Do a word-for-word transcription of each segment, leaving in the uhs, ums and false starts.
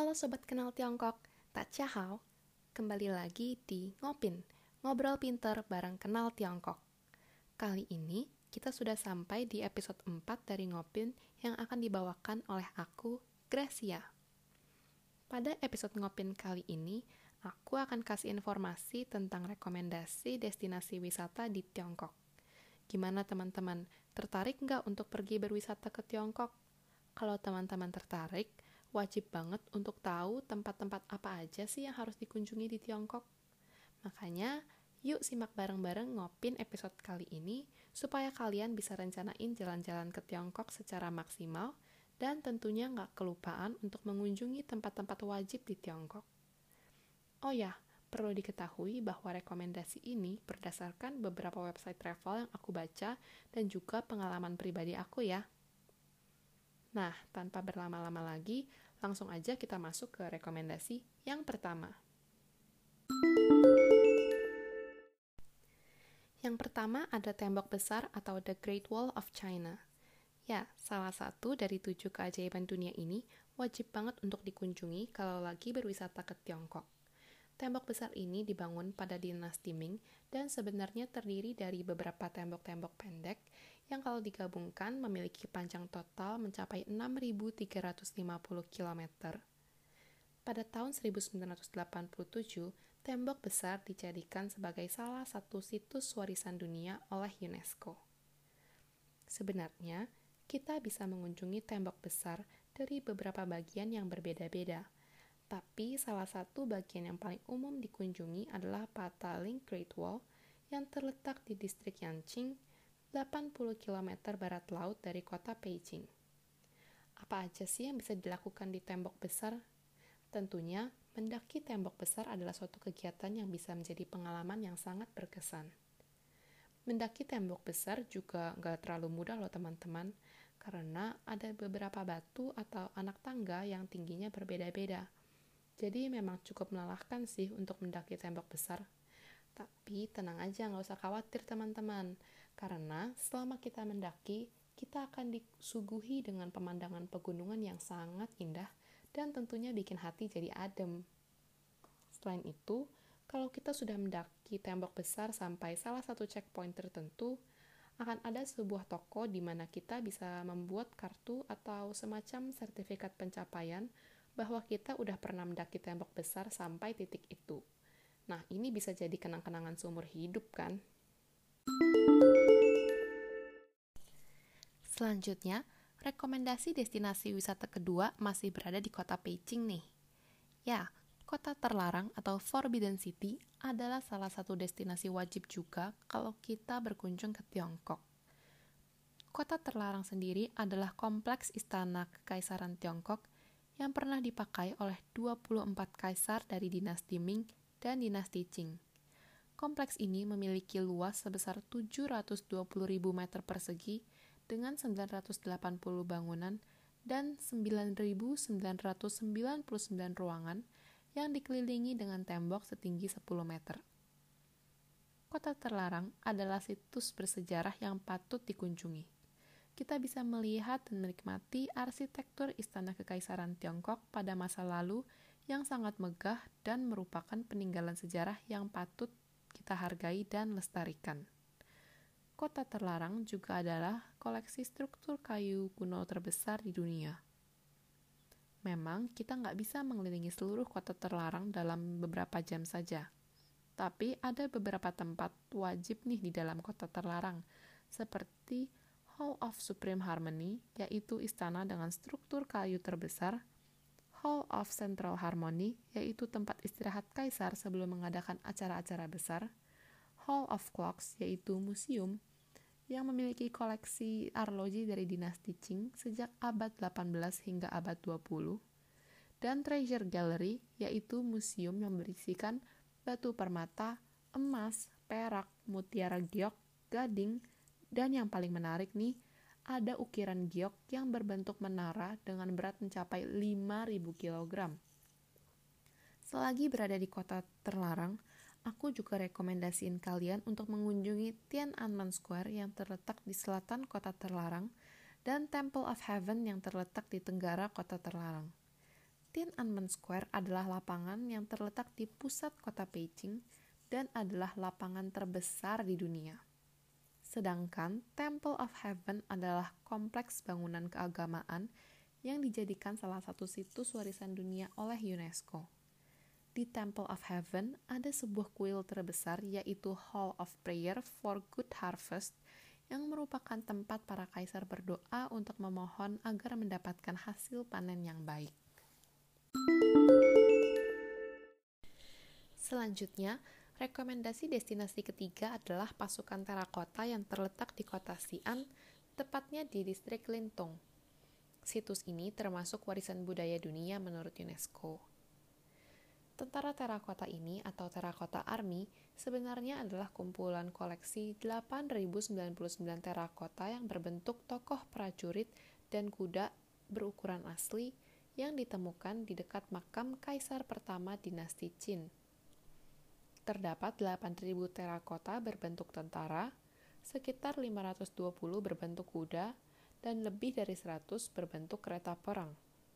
Halo Sobat Kenal Tiongkok, Tachahao. Kembali lagi di Ngopin, Ngobrol Pinter bareng Kenal Tiongkok. Kali ini kita sudah sampai di episode empat dari Ngopin yang akan dibawakan oleh aku, Gracia. Pada episode Ngopin kali ini, aku akan kasih informasi tentang rekomendasi destinasi wisata di Tiongkok. Gimana teman-teman, tertarik nggak untuk pergi berwisata ke Tiongkok? Kalau teman-teman tertarik, wajib banget untuk tahu tempat-tempat apa aja sih yang harus dikunjungi di Tiongkok. Makanya, yuk simak bareng-bareng Ngopin episode kali ini supaya kalian bisa rencanain jalan-jalan ke Tiongkok secara maksimal dan tentunya nggak kelupaan untuk mengunjungi tempat-tempat wajib di Tiongkok. Oh ya, perlu diketahui bahwa rekomendasi ini berdasarkan beberapa website travel yang aku baca dan juga pengalaman pribadi aku ya. Nah, tanpa berlama-lama lagi, langsung aja kita masuk ke rekomendasi yang pertama. Yang pertama ada tembok besar atau The Great Wall of China. Ya, salah satu dari tujuh keajaiban dunia ini wajib banget untuk dikunjungi kalau lagi berwisata ke Tiongkok. Tembok besar ini dibangun pada dinasti Ming dan sebenarnya terdiri dari beberapa tembok-tembok pendek yang kalau digabungkan memiliki panjang total mencapai enam ribu tiga ratus lima puluh kilometer. Pada tahun seribu sembilan ratus delapan puluh tujuh, tembok besar dijadikan sebagai salah satu situs warisan dunia oleh UNESCO. Sebenarnya, kita bisa mengunjungi tembok besar dari beberapa bagian yang berbeda-beda. Tapi salah satu bagian yang paling umum dikunjungi adalah Pataling Great Wall yang terletak di distrik Yanqing, delapan puluh kilometer barat laut dari kota Beijing. Apa aja sih yang bisa dilakukan di tembok besar? Tentunya, mendaki tembok besar adalah suatu kegiatan yang bisa menjadi pengalaman yang sangat berkesan. Mendaki tembok besar juga nggak terlalu mudah loh teman-teman, karena ada beberapa batu atau anak tangga yang tingginya berbeda-beda. Jadi memang cukup melelahkan sih untuk mendaki tembok besar. Tapi tenang aja, nggak usah khawatir teman-teman. Karena selama kita mendaki, kita akan disuguhi dengan pemandangan pegunungan yang sangat indah dan tentunya bikin hati jadi adem. Selain itu, kalau kita sudah mendaki tembok besar sampai salah satu checkpoint tertentu, akan ada sebuah toko di mana kita bisa membuat kartu atau semacam sertifikat pencapaian bahwa kita udah pernah mendaki tembok besar sampai titik itu. Nah, ini bisa jadi kenang-kenangan seumur hidup kan? Selanjutnya, rekomendasi destinasi wisata kedua masih berada di kota Beijing nih. Ya, kota terlarang atau Forbidden City adalah salah satu destinasi wajib juga kalau kita berkunjung ke Tiongkok. Kota terlarang sendiri adalah kompleks istana Kekaisaran Tiongkok yang pernah dipakai oleh dua puluh empat kaisar dari dinasti Ming dan dinasti Qing. Kompleks ini memiliki luas sebesar tujuh ratus dua puluh ribu meter persegi dengan sembilan ratus delapan puluh bangunan dan sembilan ribu sembilan ratus sembilan puluh sembilan ruangan yang dikelilingi dengan tembok setinggi sepuluh meter. Kota terlarang adalah situs bersejarah yang patut dikunjungi. Kita bisa melihat dan menikmati arsitektur Istana Kekaisaran Tiongkok pada masa lalu yang sangat megah dan merupakan peninggalan sejarah yang patut kita hargai dan lestarikan. Kota terlarang juga adalah koleksi struktur kayu kuno terbesar di dunia. Memang kita nggak bisa mengelilingi seluruh kota terlarang dalam beberapa jam saja. Tapi ada beberapa tempat wajib nih di dalam kota terlarang, seperti Hall of Supreme Harmony, yaitu istana dengan struktur kayu terbesar, Hall of Central Harmony, yaitu tempat istirahat kaisar sebelum mengadakan acara-acara besar, Hall of Clocks, yaitu museum yang memiliki koleksi arloji dari dinasti Qing sejak abad delapan belas hingga abad dua puluh, dan Treasure Gallery, yaitu museum yang berisikan batu permata, emas, perak, mutiara giok, gading, dan yang paling menarik nih, ada ukiran giok yang berbentuk menara dengan berat mencapai lima ribu kilogram. Selagi berada di kota terlarang, aku juga rekomendasiin kalian untuk mengunjungi Tiananmen Square yang terletak di selatan kota terlarang dan Temple of Heaven yang terletak di tenggara kota terlarang. Tiananmen Square adalah lapangan yang terletak di pusat kota Beijing dan adalah lapangan terbesar di dunia. Sedangkan Temple of Heaven adalah kompleks bangunan keagamaan yang dijadikan salah satu situs warisan dunia oleh UNESCO. Di Temple of Heaven ada sebuah kuil terbesar yaitu Hall of Prayer for Good Harvest yang merupakan tempat para kaisar berdoa untuk memohon agar mendapatkan hasil panen yang baik. Selanjutnya, rekomendasi destinasi ketiga adalah pasukan terakota yang terletak di kota Xi'an, tepatnya di distrik Lintung. Situs ini termasuk warisan budaya dunia menurut UNESCO. Tentara terakota ini atau Terracotta Army sebenarnya adalah kumpulan koleksi delapan ribu sembilan puluh sembilan terakota yang berbentuk tokoh prajurit dan kuda berukuran asli yang ditemukan di dekat makam kaisar pertama dinasti Qin. Terdapat delapan ribu terakota berbentuk tentara, sekitar lima ratus dua puluh berbentuk kuda, dan lebih dari seratus berbentuk kereta perang.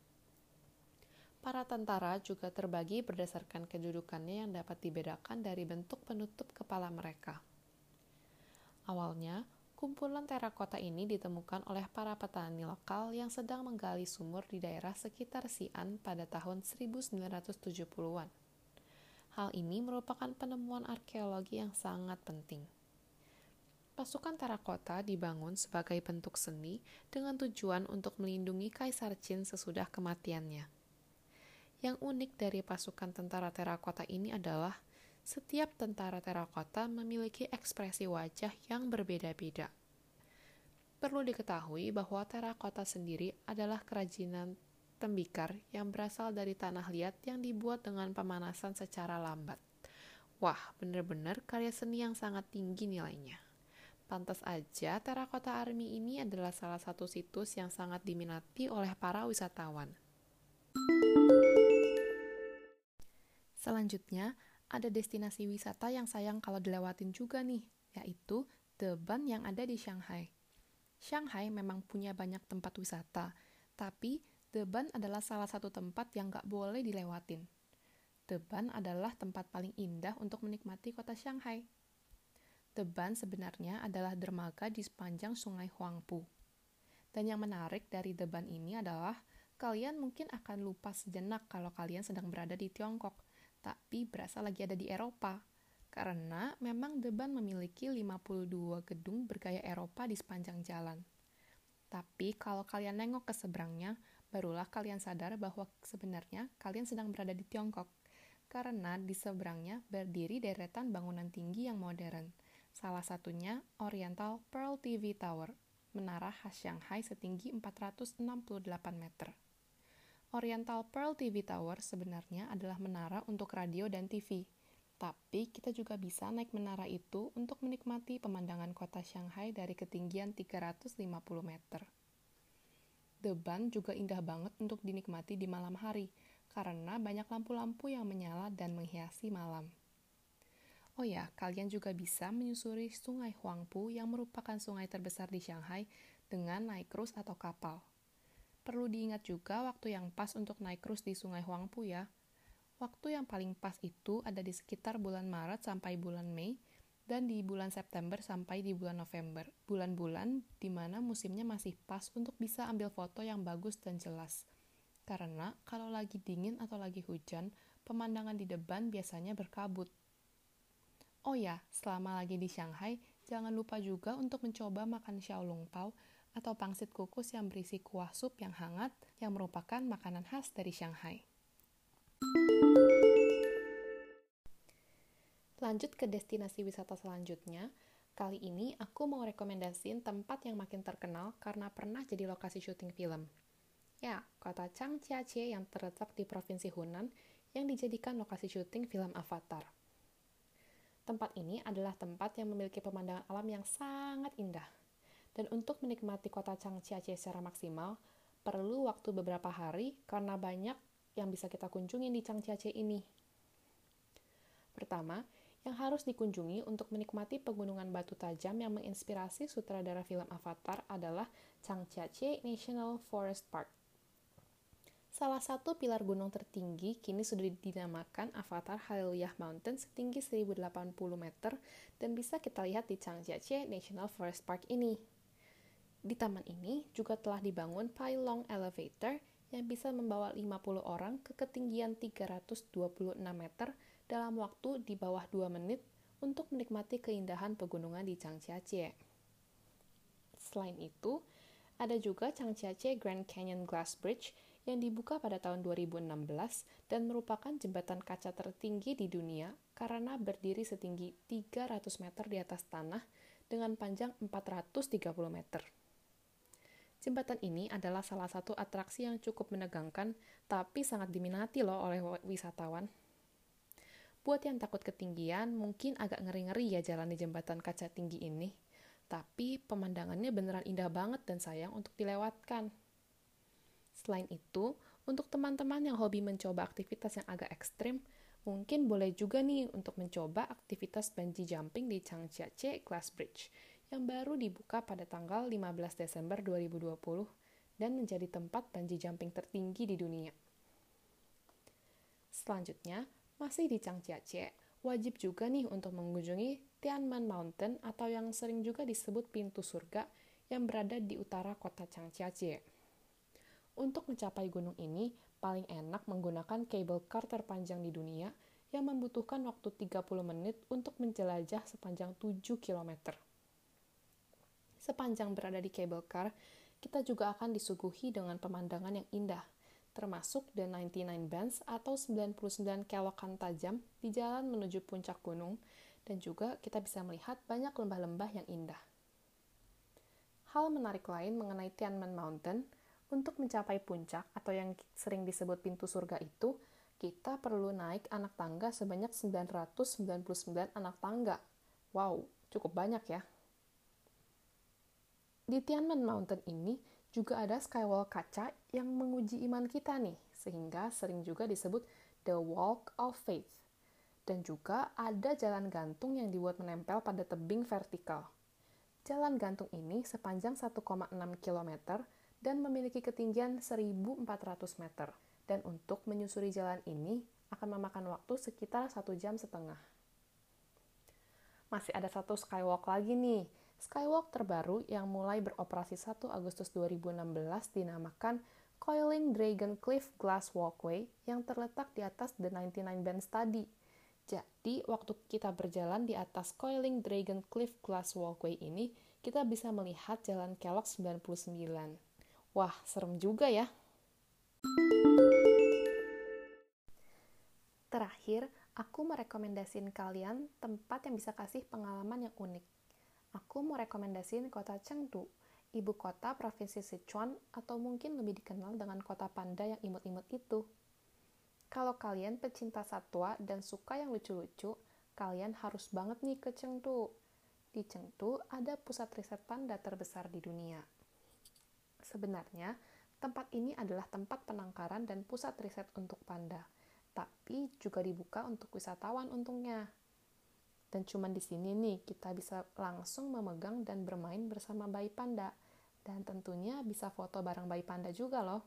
Para tentara juga terbagi berdasarkan kedudukannya yang dapat dibedakan dari bentuk penutup kepala mereka. Awalnya, kumpulan terakota ini ditemukan oleh para petani lokal yang sedang menggali sumur di daerah sekitar Xi'an pada tahun seribu sembilan ratus tujuh puluhan. Hal ini merupakan penemuan arkeologi yang sangat penting. Pasukan terakota dibangun sebagai bentuk seni dengan tujuan untuk melindungi Kaisar Qin sesudah kematiannya. Yang unik dari pasukan tentara terakota ini adalah setiap tentara terakota memiliki ekspresi wajah yang berbeda-beda. Perlu diketahui bahwa terakota sendiri adalah kerajinan tembikar yang berasal dari tanah liat yang dibuat dengan pemanasan secara lambat. Wah, benar-benar karya seni yang sangat tinggi nilainya. Pantas aja Terracotta Army ini adalah salah satu situs yang sangat diminati oleh para wisatawan. Selanjutnya, ada destinasi wisata yang sayang kalau dilewatin juga nih, yaitu Deban yang ada di Shanghai. Shanghai memang punya banyak tempat wisata, tapi Deban adalah salah satu tempat yang gak boleh dilewatin. Deban adalah tempat paling indah untuk menikmati kota Shanghai. Deban sebenarnya adalah dermaga di sepanjang sungai Huangpu. Dan yang menarik dari Deban ini adalah kalian mungkin akan lupa sejenak kalau kalian sedang berada di Tiongkok, tapi berasa lagi ada di Eropa. Karena memang Deban memiliki lima puluh dua gedung bergaya Eropa di sepanjang jalan. Tapi kalau kalian nengok ke seberangnya, barulah kalian sadar bahwa sebenarnya kalian sedang berada di Tiongkok. Karena di seberangnya berdiri deretan bangunan tinggi yang modern. Salah satunya Oriental Pearl T V Tower, menara khas Shanghai setinggi empat ratus enam puluh delapan meter. Oriental Pearl T V Tower sebenarnya adalah menara untuk radio dan T V. Tapi kita juga bisa naik menara itu untuk menikmati pemandangan kota Shanghai dari ketinggian tiga ratus lima puluh meter. Deban juga indah banget untuk dinikmati di malam hari, karena banyak lampu-lampu yang menyala dan menghiasi malam. Oh ya, kalian juga bisa menyusuri sungai Huangpu yang merupakan sungai terbesar di Shanghai dengan naik krus atau kapal. Perlu diingat juga waktu yang pas untuk naik krus di sungai Huangpu ya. Waktu yang paling pas itu ada di sekitar bulan Maret sampai bulan Mei, dan di bulan September sampai di bulan November, bulan-bulan di mana musimnya masih pas untuk bisa ambil foto yang bagus dan jelas. Karena kalau lagi dingin atau lagi hujan, pemandangan di Deban biasanya berkabut. Oh ya, selama lagi di Shanghai, jangan lupa juga untuk mencoba makan xiaolongbao atau pangsit kukus yang berisi kuah sup yang hangat yang merupakan makanan khas dari Shanghai. Lanjut ke destinasi wisata selanjutnya. Kali ini aku mau rekomendasiin tempat yang makin terkenal karena pernah jadi lokasi syuting film. Ya, kota Changjiajie yang terletak di Provinsi Hunan yang dijadikan lokasi syuting film Avatar. Tempat ini adalah tempat yang memiliki pemandangan alam yang sangat indah. Dan untuk menikmati kota Changjiajie secara maksimal, perlu waktu beberapa hari karena banyak yang bisa kita kunjungi di Changjiajie ini. Pertama, yang harus dikunjungi untuk menikmati pegunungan batu tajam yang menginspirasi sutradara film Avatar adalah Changjiajie National Forest Park. Salah satu pilar gunung tertinggi kini sudah dinamakan Avatar Hallelujah Mountain setinggi seribu delapan puluh meter dan bisa kita lihat di Changjiajie National Forest Park ini. Di taman ini juga telah dibangun Pylong Elevator yang bisa membawa lima puluh orang ke ketinggian tiga ratus dua puluh enam meter dalam waktu di bawah dua menit untuk menikmati keindahan pegunungan di Changjiajie. Selain itu, ada juga Changjiajie Grand Canyon Glass Bridge yang dibuka pada tahun dua ribu enam belas dan merupakan jembatan kaca tertinggi di dunia karena berdiri setinggi tiga ratus meter di atas tanah dengan panjang empat ratus tiga puluh meter. Jembatan ini adalah salah satu atraksi yang cukup menegangkan tapi sangat diminati loh oleh wisatawan. Buat yang takut ketinggian, mungkin agak ngeri-ngeri ya jalan di jembatan kaca tinggi ini. Tapi pemandangannya beneran indah banget dan sayang untuk dilewatkan. Selain itu, untuk teman-teman yang hobi mencoba aktivitas yang agak ekstrim, mungkin boleh juga nih untuk mencoba aktivitas bungee jumping di Changjiajie Glass Bridge yang baru dibuka pada tanggal lima belas Desember dua ribu dua puluh dan menjadi tempat bungee jumping tertinggi di dunia. Selanjutnya, masih di Changjiajie, wajib juga nih untuk mengunjungi Tianmen Mountain atau yang sering juga disebut pintu surga yang berada di utara kota Changjiajie. Untuk mencapai gunung ini, paling enak menggunakan cable car terpanjang di dunia yang membutuhkan waktu tiga puluh menit untuk menjelajah sepanjang tujuh kilometer. Sepanjang berada di cable car, kita juga akan disuguhi dengan pemandangan yang indah, termasuk The sembilan puluh sembilan Bends atau sembilan puluh sembilan kelokan tajam di jalan menuju puncak gunung, dan juga kita bisa melihat banyak lembah-lembah yang indah. Hal menarik lain mengenai Tianmen Mountain, untuk mencapai puncak atau yang sering disebut pintu surga itu, kita perlu naik anak tangga sebanyak sembilan ratus sembilan puluh sembilan anak tangga. Wow, cukup banyak ya. Di Tianmen Mountain ini juga ada skywall kaca yang menguji iman kita nih, sehingga sering juga disebut The Walk of Faith. Dan juga ada jalan gantung yang dibuat menempel pada tebing vertikal. Jalan gantung ini sepanjang satu koma enam kilometer dan memiliki ketinggian seribu empat ratus meter. Dan untuk menyusuri jalan ini akan memakan waktu sekitar satu jam setengah. Masih ada satu skywalk lagi nih. Skywalk terbaru yang mulai beroperasi satu Agustus dua ribu enam belas dinamakan Coiling Dragon Cliff Glass Walkway yang terletak di atas The sembilan puluh sembilan Bends tadi. Jadi, waktu kita berjalan di atas Coiling Dragon Cliff Glass Walkway ini, kita bisa melihat jalan kelok sembilan puluh sembilan. Wah, serem juga ya. Terakhir, aku merekomendasiin kalian tempat yang bisa kasih pengalaman yang unik. Aku mau rekomendasiin kota Chengdu, ibu kota provinsi Sichuan, atau mungkin lebih dikenal dengan kota panda yang imut-imut itu. Kalau kalian pecinta satwa dan suka yang lucu-lucu, kalian harus banget nih ke Chengdu. Di Chengdu ada pusat riset panda terbesar di dunia. Sebenarnya, tempat ini adalah tempat penangkaran dan pusat riset untuk panda, tapi juga dibuka untuk wisatawan untungnya. Dan cuman di sini nih kita bisa langsung memegang dan bermain bersama bayi panda, dan tentunya bisa foto bareng bayi panda juga loh.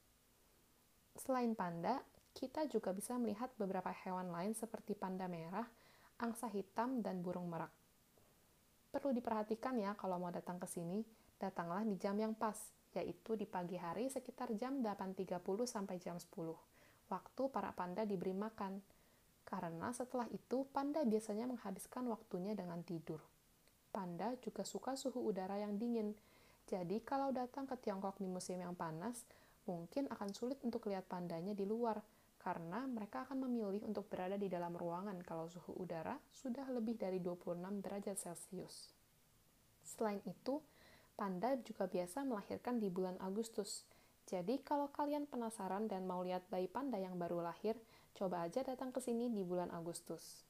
Selain panda, kita juga bisa melihat beberapa hewan lain seperti panda merah, angsa hitam, dan burung merak. Perlu diperhatikan ya kalau mau datang ke sini, datanglah di jam yang pas, yaitu di pagi hari sekitar jam delapan tiga puluh sampai jam sepuluh, waktu para panda diberi makan. Karena setelah itu, panda biasanya menghabiskan waktunya dengan tidur. Panda juga suka suhu udara yang dingin. Jadi, kalau datang ke Tiongkok di musim yang panas, mungkin akan sulit untuk lihat pandanya di luar, karena mereka akan memilih untuk berada di dalam ruangan kalau suhu udara sudah lebih dari dua puluh enam derajat Celcius. Selain itu, panda juga biasa melahirkan di bulan Agustus. Jadi, kalau kalian penasaran dan mau lihat bayi panda yang baru lahir, coba aja datang ke sini di bulan Agustus.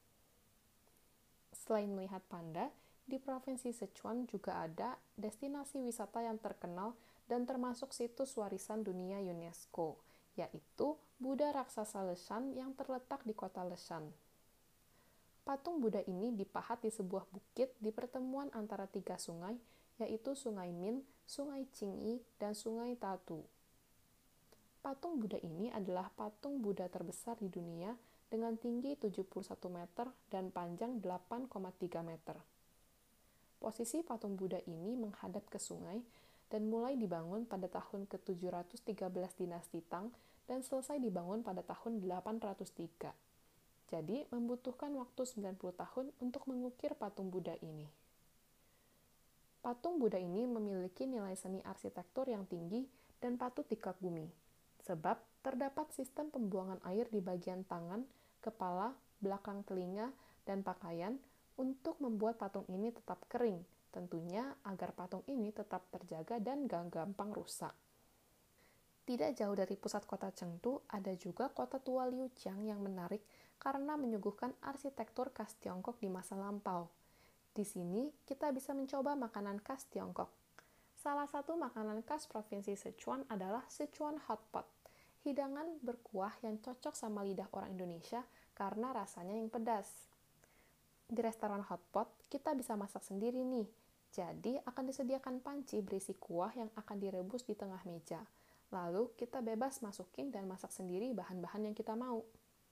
Selain melihat panda, di Provinsi Sichuan juga ada destinasi wisata yang terkenal dan termasuk situs warisan dunia UNESCO, yaitu Buddha Raksasa Leshan yang terletak di kota Leshan. Patung Buddha ini dipahat di sebuah bukit di pertemuan antara tiga sungai, yaitu Sungai Min, Sungai Qingyi, dan Sungai Tatu. Patung Buddha ini adalah patung Buddha terbesar di dunia dengan tinggi tujuh puluh satu meter dan panjang delapan koma tiga meter. Posisi patung Buddha ini menghadap ke sungai dan mulai dibangun pada tahun ke tujuh ratus tiga belas dinasti Tang dan selesai dibangun pada tahun delapan ratus tiga. Jadi, membutuhkan waktu sembilan puluh tahun untuk mengukir patung Buddha ini. Patung Buddha ini memiliki nilai seni arsitektur yang tinggi dan patut dikagumi, sebab terdapat sistem pembuangan air di bagian tangan, kepala, belakang telinga, dan pakaian untuk membuat patung ini tetap kering, tentunya agar patung ini tetap terjaga dan gak gampang rusak. Tidak jauh dari pusat kota Chengdu, ada juga kota tua Liujiang yang menarik karena menyuguhkan arsitektur khas Tiongkok di masa lampau. Di sini, kita bisa mencoba makanan khas Tiongkok. Salah satu makanan khas Provinsi Sichuan adalah Sichuan Hot Pot, hidangan berkuah yang cocok sama lidah orang Indonesia karena rasanya yang pedas. Di restoran Hot Pot, kita bisa masak sendiri nih. Jadi, akan disediakan panci berisi kuah yang akan direbus di tengah meja. Lalu, kita bebas masukin dan masak sendiri bahan-bahan yang kita mau.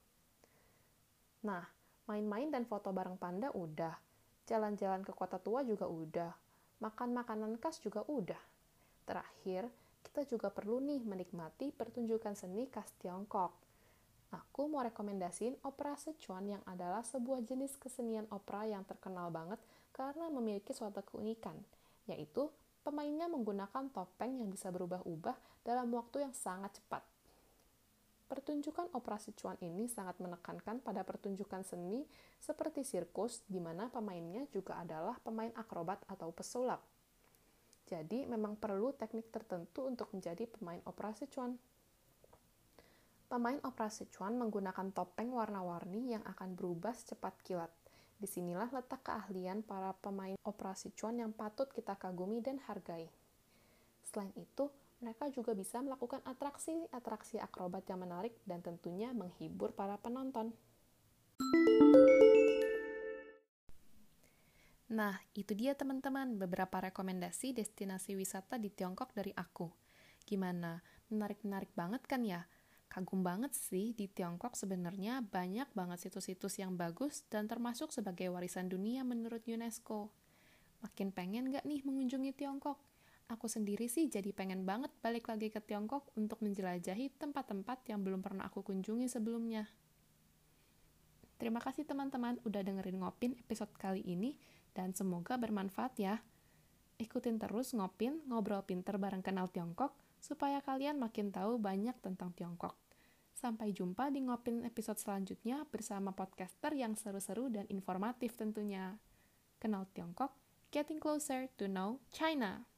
Nah, main-main dan foto bareng panda udah. Jalan-jalan ke kota tua juga udah. Makan makanan khas juga udah. Terakhir, kita juga perlu nih menikmati pertunjukan seni khas Tiongkok. Aku mau rekomendasiin opera Sichuan yang adalah sebuah jenis kesenian opera yang terkenal banget karena memiliki suatu keunikan, yaitu pemainnya menggunakan topeng yang bisa berubah-ubah dalam waktu yang sangat cepat. Pertunjukan opera Sichuan ini sangat menekankan pada pertunjukan seni seperti sirkus, di mana pemainnya juga adalah pemain akrobat atau pesulap. Jadi, memang perlu teknik tertentu untuk menjadi pemain opera Sichuan. Pemain opera Sichuan menggunakan topeng warna-warni yang akan berubah secepat kilat. Disinilah letak keahlian para pemain opera Sichuan yang patut kita kagumi dan hargai. Selain itu, mereka juga bisa melakukan atraksi-atraksi akrobat yang menarik dan tentunya menghibur para penonton. Nah, itu dia teman-teman beberapa rekomendasi destinasi wisata di Tiongkok dari aku. Gimana? Menarik-menarik banget kan ya? Kagum banget sih, di Tiongkok sebenarnya banyak banget situs-situs yang bagus dan termasuk sebagai warisan dunia menurut UNESCO. Makin pengen gak nih mengunjungi Tiongkok? Aku sendiri sih jadi pengen banget balik lagi ke Tiongkok untuk menjelajahi tempat-tempat yang belum pernah aku kunjungi sebelumnya. Terima kasih teman-teman udah dengerin Ngopin episode kali ini, dan semoga bermanfaat ya. Ikutin terus Ngopin, ngobrol pinter bareng kenal Tiongkok, supaya kalian makin tahu banyak tentang Tiongkok. Sampai jumpa di Ngopin episode selanjutnya bersama podcaster yang seru-seru dan informatif tentunya. Kenal Tiongkok, getting closer to know China.